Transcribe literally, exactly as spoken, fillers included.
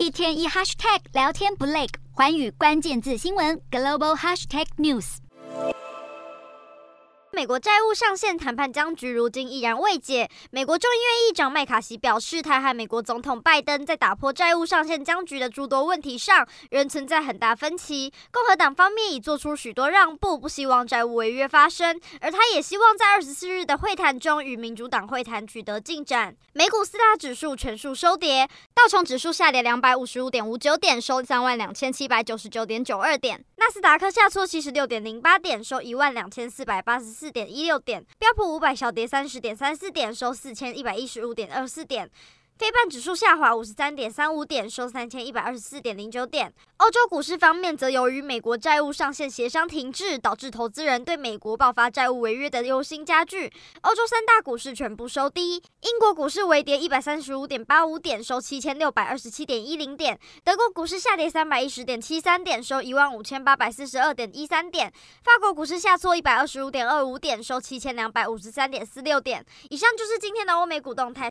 一天一 hashtag 聊天不累，寰宇关键字新闻 global hashtag news。 美国债务上限谈判僵局如今依然未解。美国众议院议长麦卡锡表示，他和美国总统拜登在打破债务上限僵局的诸多问题上仍存在很大分歧。共和党方面已做出许多让步，不希望债务违约发生，而他也希望在二十四日的会谈中与民主党会谈取得进展。美股四大指数全数收跌，道琼指数下跌两百五十五点五九点，收三万两千七百九十九点九二点；纳斯达克下挫七十六点零八点，收一万两千四百八十四点一六点；标普五百小跌三十点三四点，收四千一百一十五点二四点。非半指数下滑五十三点三五点，收三千一百二十四点零九点。欧洲股市方面，则由于美国债务上限协商停滞，导致投资人对美国爆发债务违约的忧心加剧。欧洲三大股市全部收低，英国股市微跌一百三十五点八五点，收七千六百二十七点一零点；德国股市下跌三百一十点七三点，收一万五千八百四十二点一三点；法国股市下挫一百二十五点二五点，收七千两百五十三点四六点。以上就是今天的欧美股动态。